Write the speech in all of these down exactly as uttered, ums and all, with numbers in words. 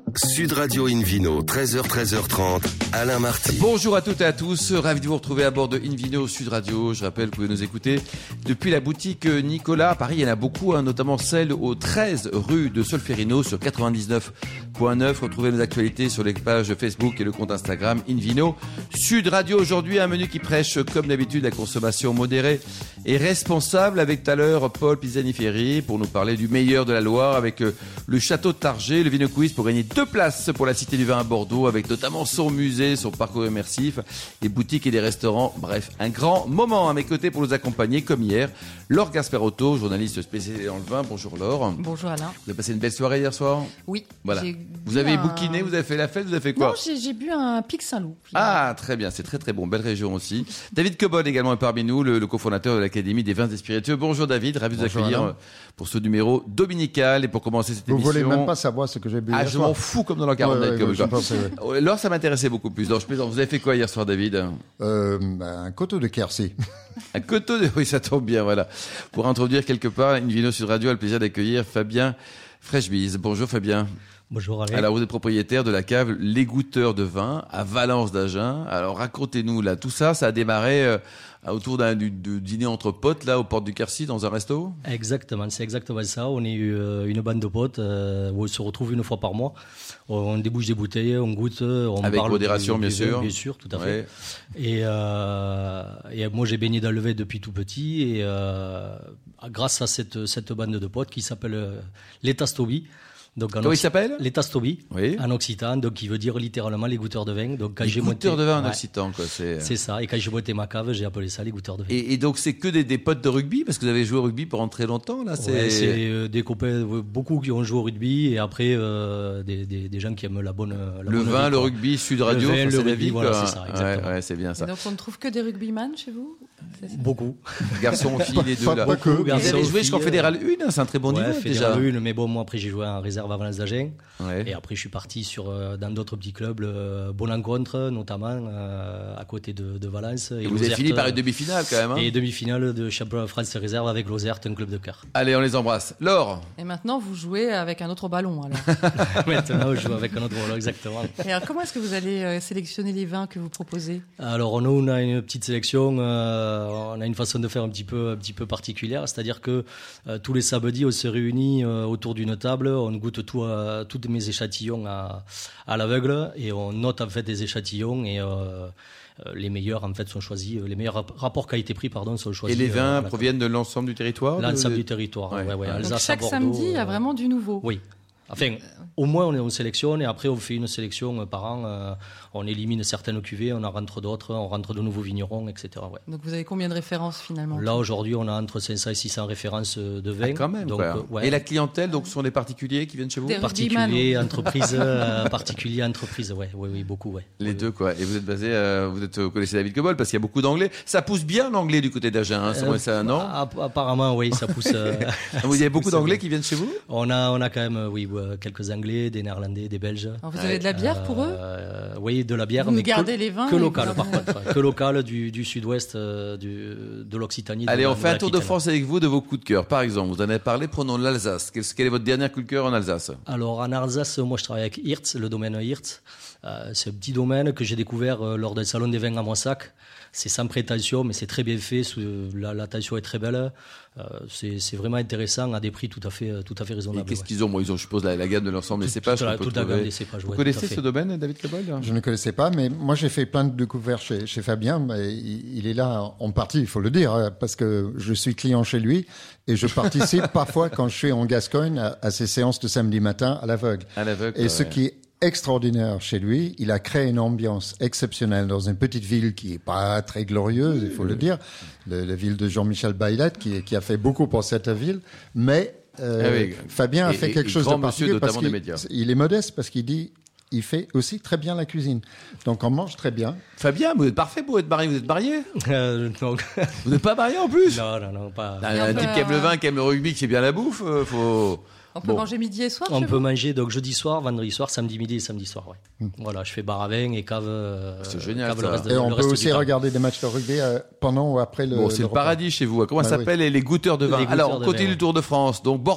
Sud Radio Invino, treize heures, treize heures trente, Alain Marty. Bonjour à toutes et à tous, ravi de vous retrouver à bord de Invino Sud Radio. Je rappelle que vous pouvez nous écouter depuis la boutique Nicolas. À Paris, il y en a beaucoup, hein, notamment celle au treize rue de Solferino sur quatre-vingt-dix-neuf point neuf. Retrouvez nos actualités sur les pages Facebook et le compte Instagram Invino Sud Radio. Aujourd'hui, un menu qui prêche, comme d'habitude, la consommation modérée et responsable, avec tout à l'heure Paul Pisani-Ferry pour nous parler du meilleur de la Loire avec le château de Targé, le Vino Quiz pour gagner deux places pour la Cité du Vin à Bordeaux, avec notamment son musée, son parcours immersif, des boutiques et des restaurants. Bref, un grand moment à mes côtés pour nous accompagner, comme hier, Laure Gasperotto, journaliste spécialisée dans le vin. Bonjour Laure. Bonjour Alain. Vous avez passé une belle soirée hier soir ? Oui. Voilà. Vous avez un... bouquiné, vous avez fait la fête, vous avez fait quoi ? Non, j'ai, j'ai bu un Pic Saint-Loup. Ah, très bien, c'est très très bon, belle région aussi. David Cobol également est parmi nous, le, le cofondateur de l'Académie des vins et spiritueux. Bonjour David, ravi de vous accueillir Alain. Pour ce numéro dominical et pour commencer cette vous émission. Vous voulez même pas savoir ce que j'ai bu Ah, hier je soir. m'en fous comme dans la quarantaine. Ouais, ouais, ouais, je pensais, ouais. Laure, ça m'intéressait beaucoup plus. Donc, je plaisante. Vous avez fait quoi hier soir, David ? euh, Un coteau de Quercy. Un coteau de... Oui, ça tombe bien, voilà. Pour introduire quelque part, Invino Sud Radio a le plaisir d'accueillir Fabien Freshbise. Bonjour Fabien. Bonjour Alain. Alors vous êtes propriétaire de la cave Les Goûteurs de Vin à Valence d'Agen. Alors racontez-nous là, tout ça, ça a démarré euh, autour d'un du, du dîner entre potes là aux portes du Quercy dans un resto ? Exactement, c'est exactement ça. On est euh, une bande de potes euh, où on se retrouve une fois par mois. On débouche des bouteilles, on goûte, on avec parle modération du, bien du sûr. Vin, bien sûr, tout à ouais. fait. Et, euh, et moi j'ai baigné dans le vin depuis tout petit et euh, grâce à cette cette bande de potes qui s'appelle euh, les Tastobi. Donc Comment Occ... il s'appelle ? Les Tastobi, oui. En occitan, donc qui veut dire littéralement les goûteurs de vin. Donc quand les j'ai goûteurs monté, de vin en ouais, occitan, quoi. C'est... c'est ça. Et quand j'ai monté ma cave, j'ai appelé ça les goûteurs de vin. Et, et donc c'est que des, des potes de rugby parce que vous avez joué au rugby pendant très longtemps là. C'est, ouais, c'est euh, des copains, beaucoup qui ont joué au rugby et après euh, des, des, des gens qui aiment la bonne. La le bonne vin, vie, le rugby, Sud Radio, le vin, enfin, le c'est rugby, la vie, voilà, quoi. c'est ça, exactement. Ouais, ouais, c'est bien ça. Et donc on ne trouve que des rugbyman chez vous ? Beaucoup. Garçons, filles, les deux pas, là. pas que. Vous avez joué jusqu'en Fédéral un, c'est un très bon ouais, niveau Fédéral déjà. un, mais bon, moi après j'ai joué en réserve à Valence d'Agen. Ouais. Et après je suis parti sur, euh, dans d'autres petits clubs, euh, Bonencontre notamment, euh, à côté de, de Valence. Et, et vous avez fini par une demi-finale quand même. Hein. Et demi-finale de championnat de France réserve avec Lozerte, un club de cœur. Allez, on les embrasse. Laure. Et maintenant vous jouez avec un autre ballon alors. Maintenant je joue avec un autre ballon, exactement. Et alors comment est-ce que vous allez euh, sélectionner les vins que vous proposez ? Alors nous on a une petite sélection, euh, on a une façon de faire un petit peu, un petit peu particulière, c'est-à-dire que euh, tous les samedis on se réunit euh, autour d'une table, on goûte tout, euh, tous mes échantillons à, à l'aveugle et on note en fait des échantillons et euh, les meilleurs en fait sont choisis, les meilleurs rapports qualité-prix pardon sont choisis. Et les vins euh, proviennent de l'ensemble du territoire ? L'ensemble de... du territoire, ouais, ouais, ouais. Donc Alsace, chaque Bordeaux, samedi il y a euh, vraiment du nouveau. Oui. Enfin, au moins on, on sélectionne et après on fait une sélection par an. Euh, on élimine certaines cuvées, on en rentre d'autres, on rentre de nouveaux vignerons, et cetera. Ouais. Donc vous avez combien de références finalement ? Là aujourd'hui on a entre cinq cents et six cents références de vin. Ah, quand même. Donc, quoi. euh, ouais. Et la clientèle, donc, ce sont des particuliers qui viennent chez vous ? Des Particuliers, entreprises, euh, particuliers, entreprises, ouais, oui, oui, beaucoup, ouais. Les oui, deux, oui. quoi. Et vous êtes basé, euh, vous êtes, vous connaissez David Cobol parce qu'il y a beaucoup d'anglais. Ça pousse bien l'anglais du côté d'Agen, hein, Euh, ça, non ? Apparemment, oui, ça pousse. Euh, Vous avez beaucoup pousse, d'anglais ouais. qui viennent chez vous ? On a, on a quand même, oui, quelques Anglais, des Néerlandais, des Belges. Alors vous avez de la bière pour eux ? euh, Oui, de la bière, Vous mais gardez que, les vins que et local, vous- par contre, que local du, du sud-ouest, euh, du, de l'Occitanie. de Allez, la on fait un tour de Nouvelle-Aquitaine. France avec vous de vos coups de cœur. Par exemple, vous en avez parlé, prenons l'Alsace. Quel, quel est votre dernier coup de cœur en Alsace ? Alors en Alsace, moi je travaille avec Hirtz, le domaine Hirtz. Euh, c'est un petit domaine que j'ai découvert euh, lors d'un salon des vins à Moissac. C'est sans prétention, mais c'est très bien fait. Sous, la, l'attention est très belle. Euh, c'est, c'est vraiment intéressant à des prix tout à fait, tout à fait Et raisonnables. qu'est-ce ouais. qu'ils ont ? Bon, ils ont, je suppose, la, la gamme de l'ensemble des Toute- cépages. toute la- qu'on peut toute la trouver. gamme des cépages, Vous ouais, connaissez tout à fait. ce domaine, David Cobol ? Je ne connaissais pas, mais moi j'ai fait plein de découvertes chez, chez Fabien. Mais il, il est là en partie, il faut le dire, hein, parce que je suis client chez lui et je participe parfois quand je suis en Gascogne à, à ces séances de samedi matin à l'aveugle. À l'aveugle. Et ouais. ce qui est extraordinaire chez lui, il a créé une ambiance exceptionnelle dans une petite ville qui est pas très glorieuse, il faut le dire, le- la ville de Jean-Michel Baillet, qui, qui a fait beaucoup pour cette ville, mais euh, Ah oui. Fabien a Et- fait et- quelque et chose grand de monsieur, particulier parce notamment des qu'il médias. il est modeste parce qu'il dit il fait aussi très bien la cuisine. Donc on mange très bien. Fabien, vous êtes parfait pour être marié. Vous êtes marié ? Euh, donc, Vous n'êtes pas marié en plus ? non, non, non, pas. Un, Et on un peut, type qui aime le euh, vin, qui aime le rugby, qui sait bien la bouffe, euh, faut. On peut Bon. manger midi et soir On chez peut vous manger donc jeudi soir, vendredi soir, samedi midi et samedi soir. Ouais. Voilà, je fais bar à vin et cave. euh, C'est génial, cave ça. le reste de- Et le on reste peut du aussi temps. regarder des matchs de rugby euh, pendant ou après le Bon, c'est le repas. paradis chez vous. Comment Bah ça s'appelle les goûteurs de vin ? Les goûteurs Alors, on de continue vin, le tour de France. Donc, Bordeaux.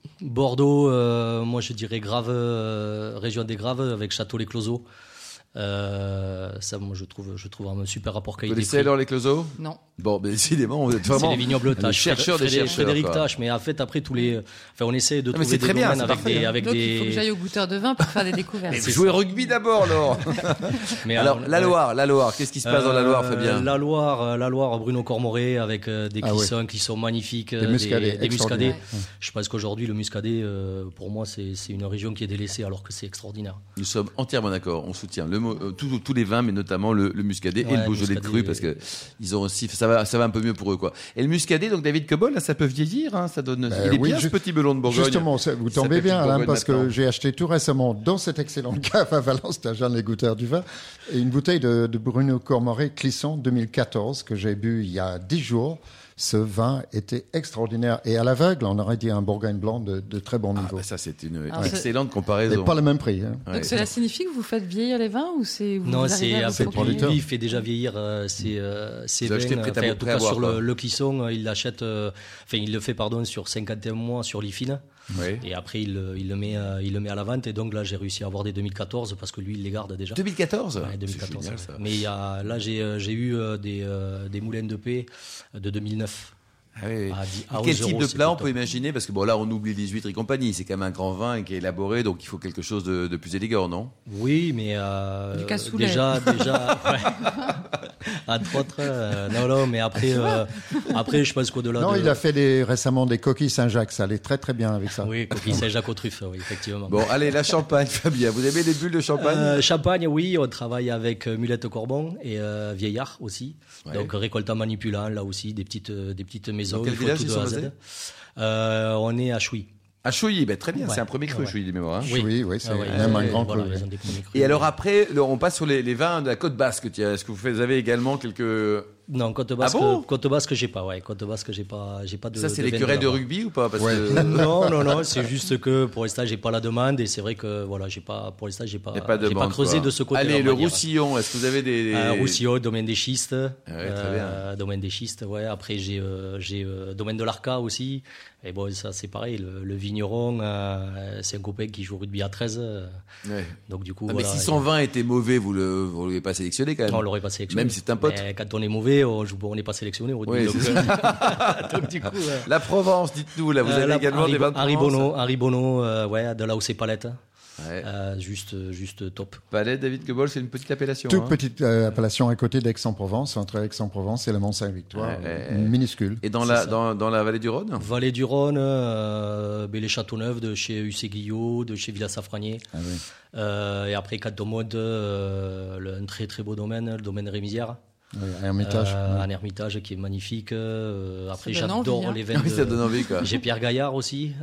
Bordeaux, euh, moi je dirais Grave, euh, région des Graves avec Château-les-Closeaux. Euh, ça, moi je trouve, je trouve un super rapport Vous qualité-prix. connaissez alors les Closeaux? Non. Bon, mais décidément, vous êtes vraiment C'est les vignobles Tache. chercheurs des Frédéric, chercheurs. Frédéric quoi. Tache, mais en fait après tous les, enfin on essaie de Ah, mais trouver c'est des très bien, domaines c'est avec parfait, des, hein. avec Donc des. il faut que j'aille au goûteur de vin pour faire des découvertes. Mais vous jouez au rugby d'abord, alors. Mais Alors, alors, la ouais. Loire, la Loire, qu'est-ce qui se passe dans la Loire, Euh, Fabien? La Loire, euh, la Loire, Bruno Cormoré avec euh, des Ah clissons, un clisson magnifiques, Des euh, muscadets des, des extraordinaires. muscadets. Je pense qu'aujourd'hui le muscadet, euh, pour moi, c'est c'est une région qui est délaissée alors que c'est extraordinaire. Nous sommes entièrement d'accord. On soutient le, mot- euh, tous tous les vins, mais notamment le, le muscadet et Ouais, le Beaujolais de muscadet, cru, parce que ils ont aussi, ça va, ça va un peu mieux pour eux, quoi. Et le muscadet, donc David Cobol, là, ça peut vieillir, hein, ça donne. Ben il est oui, bien ju- ce petit melon de Bourgogne. Justement, ça- vous Ça tombez s'appelle bien, Petite Alain, Bourgogne parce que maintenant. j'ai acheté tout récemment dans cette excellente cave à Valence, à Jeanne les goûteurs du vin, et une bouteille de, de Bruno Cormoré Clisson deux mille quatorze que j'ai bu il y a dix jours. Ce vin était extraordinaire. Et à l'aveugle, on aurait dit un Bourgogne blanc de, de très bon Ah, niveau. bah, ça, c'est une Alors, c'est- excellente Et comparaison. pas le même prix. Hein. Ouais. Donc cela signifie que vous faites vieillir les vins ou c'est vous Non, arrivez c'est à un vous peu le plus. producteur. Lui, il fait déjà vieillir euh, ses, euh, ses Vous achetez vins. prêt à- Enfin, en tout prêt à cas, boire, sur quoi. le, le clisson, euh, il l'achète. euh, Enfin, il le fait, pardon, sur cinquante et un mois sur l'IFIN. Ouais. Et après, il, le- il, le met, euh, il le met à la vente. Et donc là, j'ai réussi à avoir des deux mille quatorze parce que lui, il les garde déjà. deux mille quatorze. Ouais, deux mille quatorze. C'est génial, ouais. ça. Mais il y a, là, j'ai euh, j'ai eu euh, des, euh, des moulins de paix de deux mille neuf. Ah oui, oui. À dix- Et à quel onze type euros, de c'était plat on top. peut imaginer? Parce que bon, là, on oublie dix-huit et compagnie. C'est quand même un grand vin et qui est élaboré, donc il faut quelque chose de, de plus élégant, non? Oui, mais euh, Du cassoulet. déjà, déjà, ouais. Entre autres, euh, non, non, mais après, euh, après, je pense qu'au-delà Non, de... il a fait des, récemment des coquilles Saint-Jacques. Ça allait très très bien avec ça. Oui, coquille Saint-Jacques aux truffes, oui, effectivement. Bon, allez, la champagne, Fabien. Vous aimez les bulles de champagne? Euh, Champagne, oui, on travaille avec euh, Mulette Corbon et euh, Vieillard aussi. Ouais. Donc récoltant manipulant, là aussi, des petites, euh, des petites maisons. Dans quel il faut village tout ils de sont A à Z. basés Euh, On est à Chouy. À Chouilly, ben, très bien. Ouais. C'est un premier cru, Ouais. Chouilly, des mémoires. hein. Oui. Oui, oui, c'est Ah ouais, même ils ont un des- grand voilà, cru. ils oui. ont des premiers crus. Et alors après, le- on passe sur les, les vins de la côte basque. Tiens, est-ce que vous avez également quelques... Non, Côte Basque, Ah bon Côte Basque, j'ai pas. Ouais, Côte Basque, j'ai pas, j'ai pas de. Ça, c'est de les veine querelles de là-bas. rugby ou pas? Parce Ouais. que... Non, non, non, c'est juste que pour l'instant, j'ai pas la demande et c'est vrai que voilà, j'ai pas, pour l'instant, j'ai pas, Il n'y a pas de j'ai pas demande, creusé quoi. de ce côté. Allez, le Roussillon, est-ce que vous avez des... des- Euh, Roussillon, domaine des schistes. ouais, très bien. Domaine des schistes, ouais. Après, j'ai, euh, j'ai euh, domaine de l'Arca aussi. Et bon, ça, c'est pareil. Le, le vigneron, euh, c'est un copain qui joue au rugby à treize. euh, Ouais. donc, du coup, Ah, mais voilà, si son vin était mauvais, vous le, vous l'avez pas sélectionné quand même. on l'aurait pas sélectionné. Même si c'est un pote. Mais quand on est mauvais, on joue, on n'est pas sélectionné au rugby. Oui, donc, c'est euh, donc, du coup, ouais. La Provence, dites-nous, là, vous Euh, avez là, également Harry, des vins de Harry Provence. Bono, Harry Bono, euh, ouais, de là où c'est Palette. Ouais. Euh, juste, juste top. Palais, David Quebol, c'est une petite appellation. Toute hein. petite euh, appellation à côté d'Aix-en-Provence, entre Aix-en-Provence et le Mont-Saint-Victoire, Ouais, ouais, euh, ouais. minuscule. Et dans C'est la, ça. dans, dans la vallée du Rhône? Vallée du Rhône, euh, ben, les Châteauneuf de chez Hussé Guillot, de chez Villa Safranier. Ah oui. Euh, et après, quand on monte, euh, le- un très très beau domaine, le domaine Rémisière. Oui, Hermitage. Euh, ouais. Un Hermitage qui est magnifique. Euh, après, Ça donne j'adore envie, hein. les Ah vins. oui, de- ça donne envie, quoi. J'ai Pierre Gaillard aussi.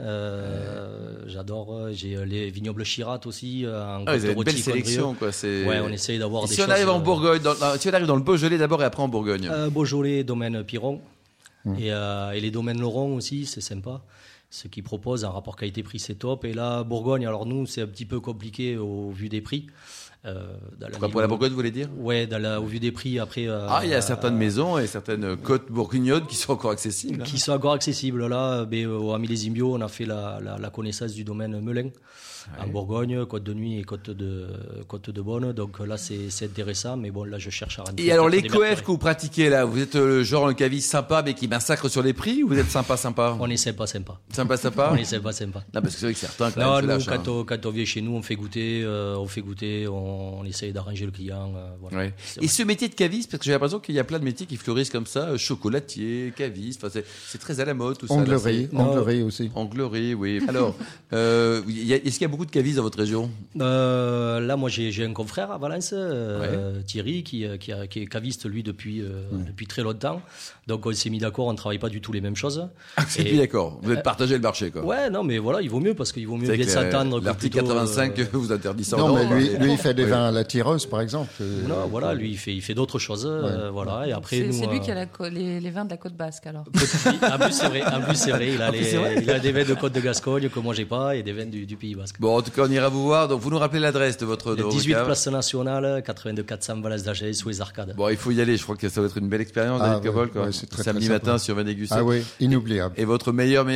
Euh, J'adore. euh, J'ai euh, les vignobles Chirat aussi. euh, En Ah, vous avez une Côte belle Rôtie, sélection, quoi. C'est... Ouais, on essaye d'avoir Et des si on choses, arrive en euh, Bourgogne, dans, dans- si on arrive dans le Beaujolais d'abord et après en Bourgogne. Euh, Beaujolais, domaine Piron. Mmh. Et, euh, et les domaines Laurent aussi, c'est sympa. Ce qu'ils proposent, un rapport qualité-prix, c'est top. Et là, Bourgogne, alors nous, c'est un petit peu compliqué au vu des prix. Euh, dans la Pourquoi ville pour la où- Bourgogne, vous voulez dire? Ouais, dans la- au vu des prix, après. euh, Ah, il y a certaines euh, maisons et certaines côtes bourguignonnes qui sont encore accessibles. hein. qui sont encore accessibles. Là, ben, au Millésime Bio, on a fait la, la, la connaissance du domaine Melun. En Bourgogne, Côte de Nuit et Côte de, Côte de Beaune. Donc là, c'est c'est intéressant. Mais bon, là, je cherche à rentrer. Et alors, les des coefs mercurés. que vous pratiquez là, vous êtes euh, le genre un caviste sympa mais qui massacre sur les prix ou vous êtes sympa, sympa? On est sympa, sympa. Sympa, sympa? On est sympa, sympa. Non, parce que c'est vrai que certains, quand Non, même, se nous, lâchent, quand, hein. on, quand on vient chez nous, on fait goûter, euh, on fait goûter, on, on essaye d'arranger le client. euh, voilà. Ouais. C'est Et vrai. ce métier de caviste, parce que j'ai l'impression qu'il y a plein de métiers qui fleurissent comme ça, euh, chocolatier, caviste, enfin, c'est, c'est très à la mode tout ça. là, Onglerie, c'est- Non. onglerie aussi. Anglerie, oui. Alors, euh, il y a- est-ce qu'il y a beaucoup de cavistes dans votre région? Euh, là, moi, j'ai j'ai un confrère à Valence, euh, Thierry, qui, euh, qui, a- qui est caviste, lui, depuis, euh, depuis très longtemps. Donc, on s'est mis d'accord, on ne travaille pas du tout les mêmes choses. Et puis d'accord, vous êtes partagé le marché, quoi. Ouais, non, mais voilà, il vaut mieux parce qu'il vaut mieux C'est bien que, s'entendre. que l'article plutôt, quatre-vingt-cinq euh, vous interdit ça. Non, mais lui, mais- lui, il fait des vins à la tireuse, par exemple. Euh, non, voilà, lui, il fait, il fait d'autres choses. euh, voilà, et après, C'est nous, c'est lui euh, qui a la co- les, les vins de la côte basque alors. En plus, c'est vrai. En plus, c'est vrai. Il a, En plus, les- c'est vrai. il a des vins de Côte de Gascogne que moi j'ai pas et des vins du, du Pays Basque. Bon, en tout cas, on ira vous voir. Donc, vous nous rappelez l'adresse de votre, de Le votre dix-huit cave. Place Nationale, quatre-vingt-deux quatre cents Valence d'Agès, sous les arcades. Bon, il faut y aller. Je crois que ça va être une belle expérience, Ah, David ouais, Cobol, quoi. ouais, c'est très, Samedi très matin, sympa. si on va déguster. Ah oui, inoubliable. Et votre meilleur, meilleur souvenir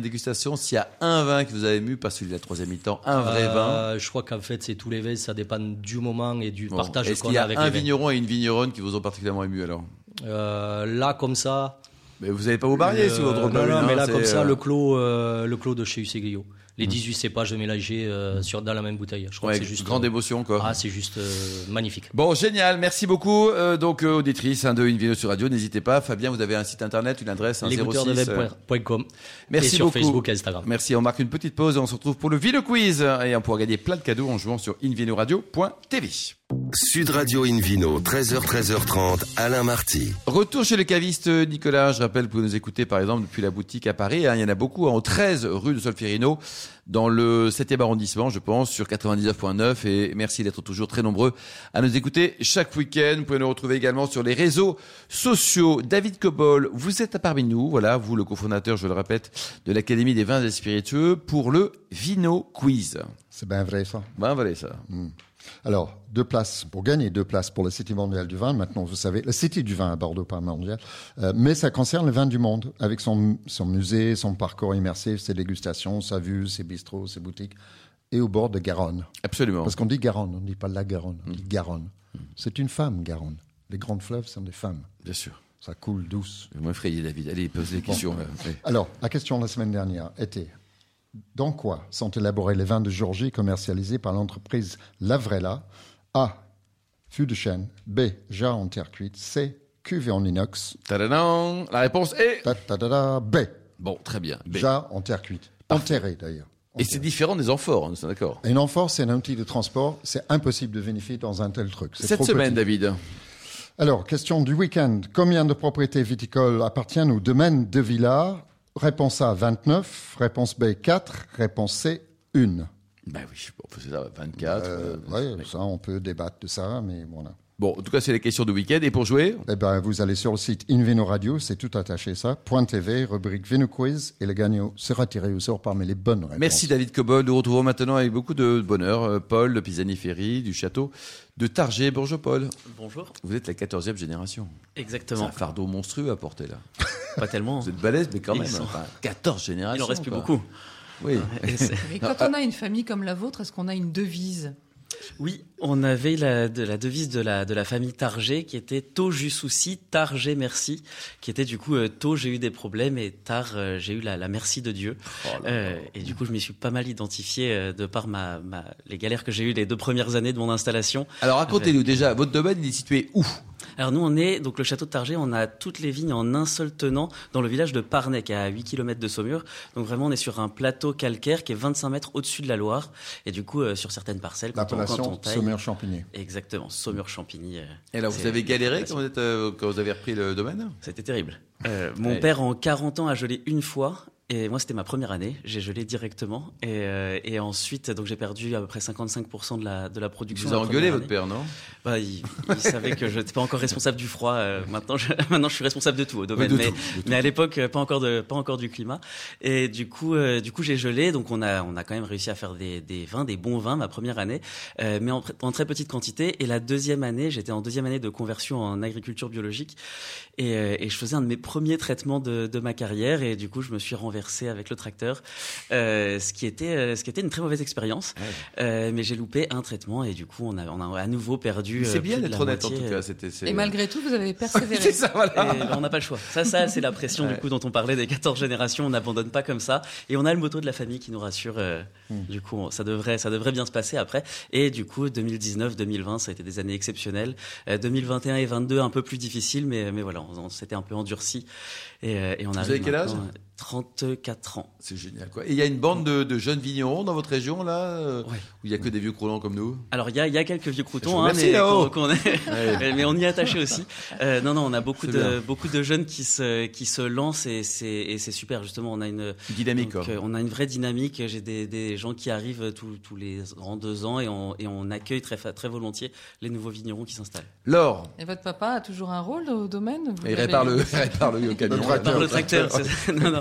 dégustation, s'il y a un vin qui vous a ému, pas celui de la troisième mi-temps, un vrai Euh, vin. Je crois qu'en fait, c'est tous les vins, ça dépend du moment et du Bon. partage Est-ce qu'on qu'il y a a avec un les vins. vigneron et une vigneronne qui vous ont particulièrement ému alors? Euh, là, comme ça. Mais vous n'allez pas vous marier le- sur votre Non, blabla, non, mais là, c'est, comme ça, euh, le clos, euh, le clos de chez Useglio. Les dix-huit cépages mélangés euh, sur, dans la même bouteille. Je crois ouais, que c'est juste. grande euh, émotion quoi. Ah, c'est juste euh, magnifique. Bon, génial, merci beaucoup. Euh, donc, euh, auditrice hein, de Invino sur Radio, n'hésitez pas. Fabien, vous avez un site internet, une adresse, un Les goûteurs de zéro six. vin point com. Merci et sur beaucoup. Facebook et Instagram. Merci, on marque une petite pause et on se retrouve pour le Vino Quiz. Et on pourra gagner plein de cadeaux en jouant sur invinoradio point t v. Sud Radio Invino, treize heures, treize heures trente, Alain Marty. Retour chez le caviste Nicolas. Je rappelle que vous nous écoutez par exemple depuis la boutique à Paris. Hein, il y en a beaucoup, hein, au treize rue de Solferino, dans le septième arrondissement, je pense, sur quatre-vingt-dix-neuf point neuf. Et merci d'être toujours très nombreux à nous écouter chaque week-end. Vous pouvez nous retrouver également sur les réseaux sociaux. David Cobol, vous êtes parmi nous. Voilà, vous, le cofondateur, je le répète, de l'Académie des vins et spiritueux pour le Vino Quiz. C'est bien vrai, ça. Ben, voilà ça. Alors, deux places, pour gagner deux places pour le City mondial du vin. Maintenant, vous savez, le City du vin à Bordeaux, pas mondial. Euh, mais ça concerne le vin du monde, avec son, son musée, son parcours immersif, ses dégustations, sa vue, ses bistrots, ses boutiques, et au bord de Garonne. Absolument. Parce qu'on dit Garonne, on ne dit pas la Garonne, on dit Garonne. C'est une femme, Garonne. Les grandes fleuves sont des femmes. Bien sûr. Ça coule douce. Vous m'effrayez, David. Allez, posez les questions. là. Ouais. Alors, la question de la semaine dernière était: dans quoi sont élaborés les vins de Georgie commercialisés par l'entreprise Lavrella? A. Fût de chêne. B. Jarre en terre cuite. C. Cuve en inox. Tadadam. La réponse est... Ta, ta, ta, ta, B. Bon, très bien. B. Jarre en terre cuite. Enterré d'ailleurs. Et c'est différent des amphores, nous sommes d'accord. Une amphore, c'est un outil de transport. C'est impossible de vinifier dans un tel truc. C'est Cette trop semaine, petit. David. Alors, question du week-end. Combien de propriétés viticoles appartiennent au domaine de Villars? Réponse A, vingt-neuf. Réponse B, quatre. Réponse C, une. Ben oui, bon, c'est ça, vingt-quatre. Euh, euh, ouais, ça, on peut débattre de ça, mais voilà. Bon, en tout cas, c'est les questions du week-end. Et pour jouer, Eh ben, vous allez sur le site Invino Radio, c'est tout attaché ça, .tv, rubrique Vino Quiz, et le gagnant sera tiré au sort parmi les bonnes réponses. merci David Cobol. Nous retrouvons maintenant avec beaucoup de bonheur euh, Paul de Pisani-Ferry, du château de Targé. Bonjour Paul. Bonjour. Vous êtes la quatorzième génération. C'est Exactement. un fardeau monstrueux à porter là. Pas tellement. Vous êtes balèze, mais quand Ils même. sont- Enfin, quatorze générations. Il en reste plus quoi. beaucoup. Oui. Et c'est- Mais quand on a une famille comme la vôtre, est-ce qu'on a une devise? Oui, on avait la, de, la devise de la, de la famille Targé qui était Tôt j'eus souci, tard j'ai merci, qui était du coup euh, Tôt j'ai eu des problèmes et tard euh, j'ai eu la, la merci de Dieu. Euh, et du coup, je m'y suis pas mal identifié euh, de par ma, ma, les galères que j'ai eues les deux premières années de mon installation. Alors racontez-nous déjà, votre domaine, il est situé où? Alors nous, on est, donc le château de Targé, on a toutes les vignes en un seul tenant dans le village de Parnay, qui est à huit kilomètres de Saumur. Donc vraiment, on est sur un plateau calcaire qui est vingt-cinq mètres au-dessus de la Loire. Et du coup, euh, sur certaines parcelles, quand on, quand on L'appellation taille... Saumur-Champigny. Exactement, Saumur-Champigny. euh, Et alors, c'est- vous avez galéré quand vous, êtes, euh, quand vous avez repris le domaine? C'était terrible. Euh, mon Ouais. père, en quarante ans, a gelé une fois. Et moi, c'était ma première année. J'ai gelé directement. Et, euh, et ensuite, donc j'ai perdu à peu près cinquante-cinq pour cent de la, de la Il production. vous a la engueulé, première votre année. père, non? Bah, il, il savait que je n'étais pas encore responsable du froid. Euh, maintenant, je, maintenant, je suis responsable de tout au domaine. Oui, de mais, tout, de tout. mais à l'époque, euh, pas encore de, pas encore du climat. Et du coup, euh, du coup, j'ai gelé. Donc, on a, on a quand même réussi à faire des, des vins, des bons vins, ma première année, euh, mais en, en très petite quantité. Et la deuxième année, j'étais en deuxième année de conversion en agriculture biologique. Et, euh, et je faisais un de mes premiers traitements de, de ma carrière. Et du coup, je me suis renversé avec le tracteur. Euh, ce qui était, euh, ce qui était une très mauvaise expérience. Ouais. Euh, mais j'ai loupé un traitement et du coup, on a, on a à nouveau perdu. Mais C'est euh, bien plus de d'être la honnête, en moitié, tout euh, cas. C'était, c'est- Et malgré tout, vous avez c'est persévéré. ça, voilà. et, ben, on n'a pas le choix. Ça, ça, c'est la pression Ouais. du coup dont on parlait des quatorze générations. On n'abandonne pas comme ça. Et on a le motto de la famille qui nous rassure. euh, Du coup, on- ça devrait, ça devrait bien se passer après. Et du coup, deux mille dix-neuf, deux mille vingt, ça a été des années exceptionnelles. Euh, deux mille vingt et un et vingt-deux, un peu plus difficiles, mais, mais voilà, on, on s'était un peu endurci. Et, euh, et on Vous arrive avez quel âge? maintenant, euh, trente-quatre ans. C'est génial, quoi. Et il y a une bande de, de jeunes vignerons dans votre région, là, euh, Ouais. où il y a que des vieux croulants comme nous? Alors il y a, il y a quelques vieux Je croutons, vous hein, remercie, mais, là-haut. qu'on- qu'on est- Ouais. mais on y est attaché aussi. Euh, non, non, on a beaucoup C'est de bien. beaucoup de jeunes qui se qui se lancent et c'est et c'est super. Justement, on a une Dynamique, donc, quoi. euh, on a une vraie dynamique. J'ai des, des gens qui arrivent tous tous les ans, deux ans et on et on accueille très fa- très volontiers les nouveaux vignerons qui s'installent. Laure, Et votre papa a toujours un rôle au domaine? Vous il l'avez- répare le, il répare le camion. Le tracteur. Par le tracteur, c'est- non, non.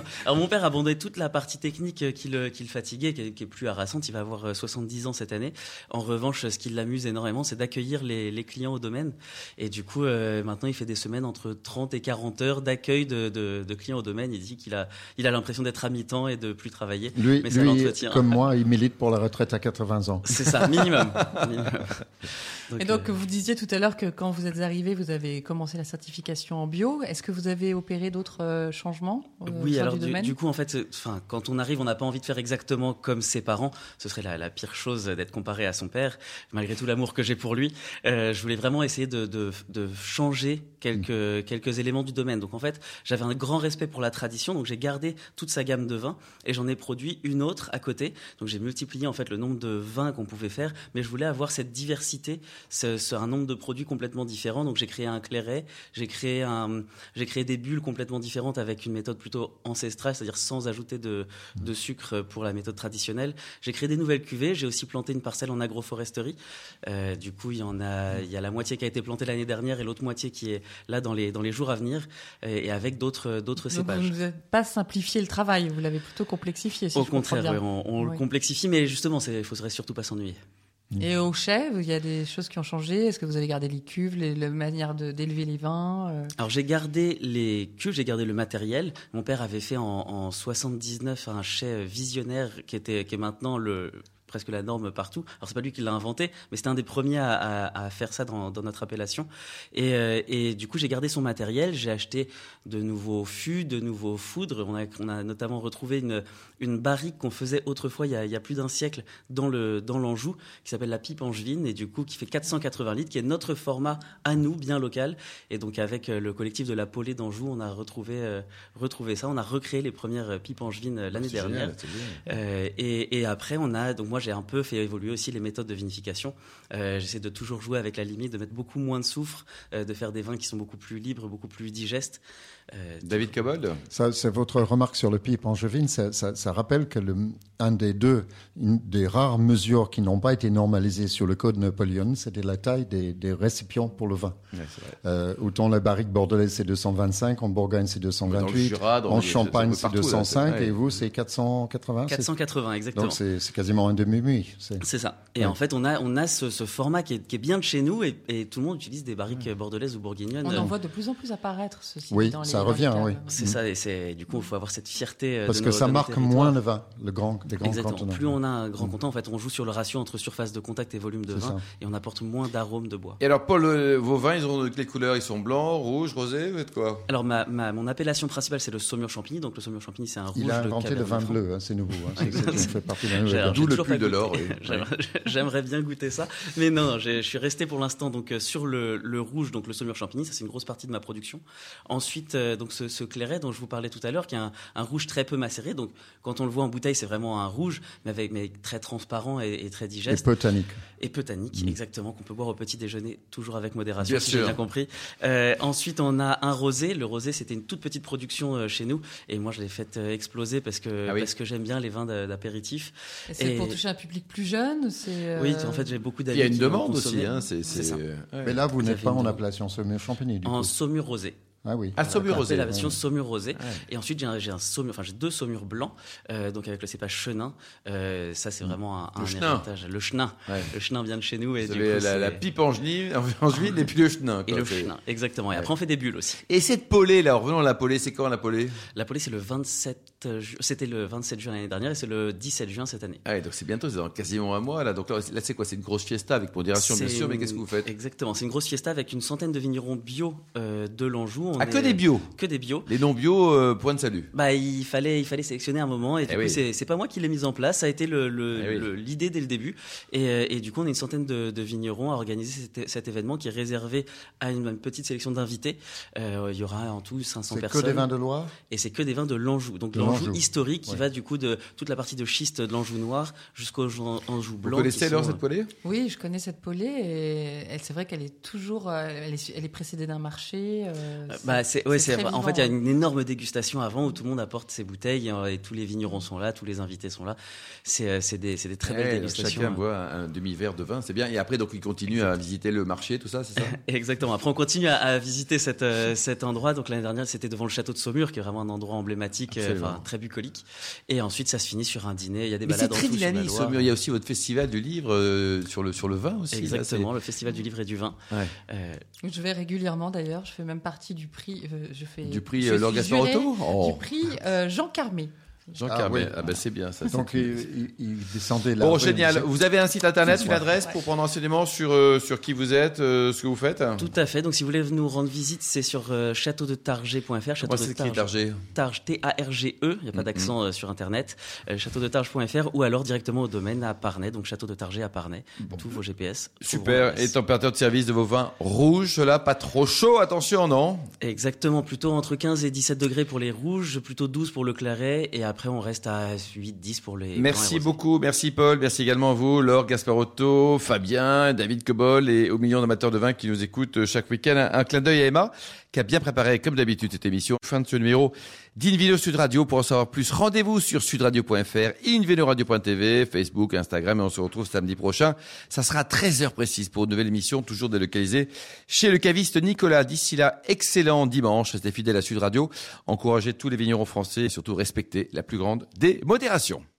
Alors mon père abondait toute la partie technique qui le, qui le fatiguait, qui est, qui est plus harassante. Il va avoir soixante-dix ans cette année. En revanche, ce qui l'amuse énormément, c'est d'accueillir les, les clients au domaine. Et du coup, euh, maintenant, il fait des semaines entre trente et quarante heures d'accueil de, de, de clients au domaine. Il dit qu'il a, il a l'impression d'être à mi-temps et de plus travailler. Lui, mais c'est lui l'entretien. Comme moi, il milite pour la retraite à quatre-vingts ans. C'est ça, minimum. minimum. Donc, et donc, euh... vous disiez tout à l'heure que quand vous êtes arrivé, vous avez commencé la certification en bio. Est-ce que vous avez opéré d'autres euh, changements euh, Oui, alors du, du, du coup, en fait, enfin, quand on arrive, on n'a pas envie de faire exactement comme ses parents. Ce serait la, la pire chose d'être comparé à son père, malgré tout l'amour que j'ai pour lui. Euh, je voulais vraiment essayer de, de, de changer quelques, mmh. quelques éléments du domaine. Donc, en fait, j'avais un grand respect pour la tradition, donc j'ai gardé toute sa gamme de vins et j'en ai produit une autre à côté. Donc, j'ai multiplié en fait le nombre de vins qu'on pouvait faire, mais je voulais avoir cette diversité. C'est, c'est un nombre de produits complètement différents. Donc j'ai créé un clairet, j'ai créé un, j'ai créé des bulles complètement différentes avec une méthode plutôt ancestrale, c'est-à-dire sans ajouter de, de sucre pour la méthode traditionnelle. J'ai créé des nouvelles cuvées. J'ai aussi planté une parcelle en agroforesterie. Euh, du coup, il y en a, il y a la moitié qui a été plantée l'année dernière et l'autre moitié qui est là dans les dans les jours à venir et, et avec d'autres d'autres cépages. Donc vous n'avez pas simplifié le travail, vous l'avez plutôt complexifié. Si Au je contraire, bien. Oui, on, on oui. le complexifie, mais justement, il ne faudrait surtout pas s'ennuyer. Et au chai, il y a des choses qui ont changé. Est-ce que vous avez gardé les cuves, les, la manière de, d'élever les vins euh... Alors j'ai gardé les cuves, j'ai gardé le matériel. Mon père avait fait en, en soixante-dix-neuf un chai visionnaire qui était qui est maintenant le presque la norme partout. Alors c'est pas lui qui l'a inventé, mais c'était un des premiers à, à, à faire ça dans, dans notre appellation. Et, euh, et du coup, j'ai gardé son matériel. J'ai acheté de nouveaux fûts, de nouveaux foudres. On a, on a notamment retrouvé une, une barrique qu'on faisait autrefois, il y a, il y a plus d'un siècle, dans le dans l'Anjou, qui s'appelle la pipe angevine, et du coup qui fait quatre cent quatre-vingts litres, qui est notre format à nous, bien local. Et donc avec le collectif de la Polée d'Anjou, on a retrouvé euh, retrouvé ça. On a recréé les premières pipes angevines l'année c'est dernière. Génial, euh, et, et après, on a donc moi j'ai un peu fait évoluer aussi les méthodes de vinification. Euh, j'essaie de toujours jouer avec la limite, de mettre beaucoup moins de soufre, euh, de faire des vins qui sont beaucoup plus libres, beaucoup plus digestes. Euh, David Cabold, ça, c'est votre remarque sur le pipe angevine. Ça, ça, ça rappelle que le, un des deux, une des rares mesures qui n'ont pas été normalisées sur le code Napoléon, c'était la taille des, des récipients pour le vin. Ouais, c'est vrai. Euh, autant la barrique bordelaise c'est deux cent vingt-cinq, en Bourgogne c'est deux cent vingt-huit, Jura, en les, Champagne c'est, c'est deux cent cinq, là, c'est, ouais. Et vous c'est quatre cent quatre-vingts. quatre cent quatre-vingts exactement. Donc c'est, c'est quasiment un demi-muit. C'est, c'est ça. Et ouais. En fait on a on a ce, ce format qui est, qui est bien de chez nous et, et tout le monde utilise des barriques ouais. bordelaises ou bourguignonnes. On en voit de plus en plus apparaître ceci. Oui, dans ça les revient, oui. C'est mmh. ça, et c'est, du coup, il faut avoir cette fierté. Parce de que nos, ça de marque moins le vin, le grand, les grands Exactement. contenants. Plus on a un grand contenant, en fait, on joue sur le ratio entre surface de contact et volume de c'est vin, ça. Et on apporte moins d'arômes de bois. Et alors, Paul, euh, vos vins, ils ont les couleurs, ils sont blancs, rouges, rosés, vous êtes quoi? Alors, ma, ma, mon appellation principale, c'est le Saumur Champigny. Donc, le Saumur Champigny, c'est un rouge. Il a inventé de le vin bleu, hein, c'est nouveau. Hein, c'est, c'est, ça fait partie d'un nouveau. D'où le pull de l'or. Oui. J'aimerais, j'aimerais bien goûter ça, mais non, non je suis resté pour l'instant donc sur le, le rouge, donc le Saumur Champigny. Ça, c'est une grosse partie de ma production. Ensuite, euh, donc ce, ce clairet dont je vous parlais tout à l'heure, qui est un, un rouge très peu macéré. Donc, quand on le voit en bouteille, c'est vraiment un rouge, mais avec mais très transparent et, et très digeste. Et peu tannique. Et peu tannique, mmh. exactement, qu'on peut boire au petit déjeuner, toujours avec modération, bien si sûr. j'ai bien compris. Euh, ensuite, on a un rosé. Le rosé, c'était une toute petite production euh, chez nous, et moi, je l'ai fait euh, exploser parce que ah oui. parce que j'aime bien les vins d'apéritif. Et c'est et... pour toucher un public plus jeune, c'est. Euh... Oui, en fait, j'ai beaucoup d'amis. Il y a une demande aussi, hein. C'est, c'est... c'est ça. Ouais. Mais là, vous n'êtes pas en appellation Saumur Champigny, du en coup. Saumur rosé. Ah oui. Ah, Saumur rosé. La version ouais. Saumur rosé. Ouais. Et ensuite, j'ai un, j'ai un Saumur, enfin, j'ai deux Saumurs blancs, euh, donc avec le cépage Chenin. Euh, ça, c'est vraiment un, un héritage. Le Chenin. Ouais. Le Chenin vient de chez nous. Et vous du avez coup, la, la pipe angevine, angevine et puis le Chenin. Et le Chenin, exactement. Et ouais. après, on fait des bulles aussi. Et cette polée, là, revenons à la polée, c'est quand la polée? La polée, c'est le vingt-sept ju- c'était le vingt-sept juin l'année dernière et c'est le dix-sept juin cette année. Ah ouais, donc c'est bientôt, c'est dans quasiment un mois, là. Donc là, là c'est quoi? C'est une grosse fiesta avec modération, c'est bien sûr, mais une... qu'est-ce que vous faites? Exactement. C'est une grosse fiesta avec une centaine de vignerons bio euh, de l'Anjou. On ah, est... que des bio? Que des bio. Les non bio, euh, point de salut. Bah, il fallait, il fallait sélectionner un moment et du eh coup, oui. c'est, c'est pas moi qui l'ai mis en place. Ça a été le, le, eh oui. le, l'idée dès le début. Et, et du coup, on est une centaine de, de vignerons à organiser cet, cet événement qui est réservé à une, une petite sélection d'invités. Euh, il y aura en tout cinq cents c'est personnes. C'est que des vins de Loire? Et c'est que des vins de l'Anjou. Donc de l'Anjou, l'Anjou historique qui ouais. va du coup de toute la partie de schiste de l'Anjou noir jusqu'au Anjou blanc. Vous connaissez alors sont... cette polée? Oui, je connais cette polée et elle, c'est vrai qu'elle est toujours, elle est, elle est précédée d'un marché. Euh, Bah c'est ouais, c'est, c'est en fait il y a une énorme dégustation avant où tout le monde apporte ses bouteilles et, et tous les vignerons sont là, tous les invités sont là. C'est c'est des c'est des très belles Ouais, dégustations. chacun boit un, un demi-verre de vin, c'est bien. Et après donc il continue à visiter le marché, tout ça, c'est ça? Exactement. Après on continue à, à visiter cette, euh, cet endroit. Donc l'année dernière c'était devant le château de Saumur qui est vraiment un endroit emblématique, euh, enfin très bucolique. Et ensuite ça se finit sur un dîner. Il y a des Mais balades c'est en très tout sur la dynamique, Loire. Saumur. Il y a aussi votre festival du livre euh, sur le sur le vin aussi. Exactement, Là, le festival du livre et du vin. Ouais. Euh, Je vais régulièrement d'ailleurs. Je fais même partie du prix. Euh, je fais Du prix je euh, suis Laure Gasparotto jurée oh. Du prix euh, Jean Carmé. Jean Ah, Carmet, oui. ah, ben c'est bien ça. Donc c'est... il, il, il descendait là. Bon, oui, génial. c'est- Vous avez un site internet, une Ouais. adresse pour prendre renseignement sur euh, sur qui vous êtes, euh, ce que vous faites. Tout à fait. Donc, si vous voulez nous rendre visite, c'est sur euh, château de target point f r. Château Moi, de c'est qui est Target. Targe, T A R G E. Il n'y a pas d'accent euh, sur Internet. Euh, château de targe point f r ou alors directement au domaine à Parnay. Donc, château de Target à Parnay. Tous vos G P S. Super. Ouvrons Et température de service de vos vins rouges, là, pas trop chaud, attention, non? Exactement. Plutôt entre quinze et dix-sept degrés pour les rouges, plutôt douze pour le claret. Et après, on reste à huit dix pour les. Merci blancs et beaucoup, merci Paul, merci également à vous, Laure Gasparotto, Fabien, David Cobol et aux millions d'amateurs de vin qui nous écoutent chaque week-end. Un, un clin d'œil à Emma qui a bien préparé, comme d'habitude, cette émission. Fin de ce numéro d'Invino Sud Radio. Pour en savoir plus, rendez-vous sur sudradio point f r, invinoradio point t v, Facebook, Instagram et on se retrouve samedi prochain. Ça sera à treize heures précises pour une nouvelle émission, toujours délocalisée chez le caviste Nicolas. D'ici là, excellent dimanche. Restez fidèles à Sud Radio. Encouragez tous les vignerons français et surtout respectez la plus grande des modérations.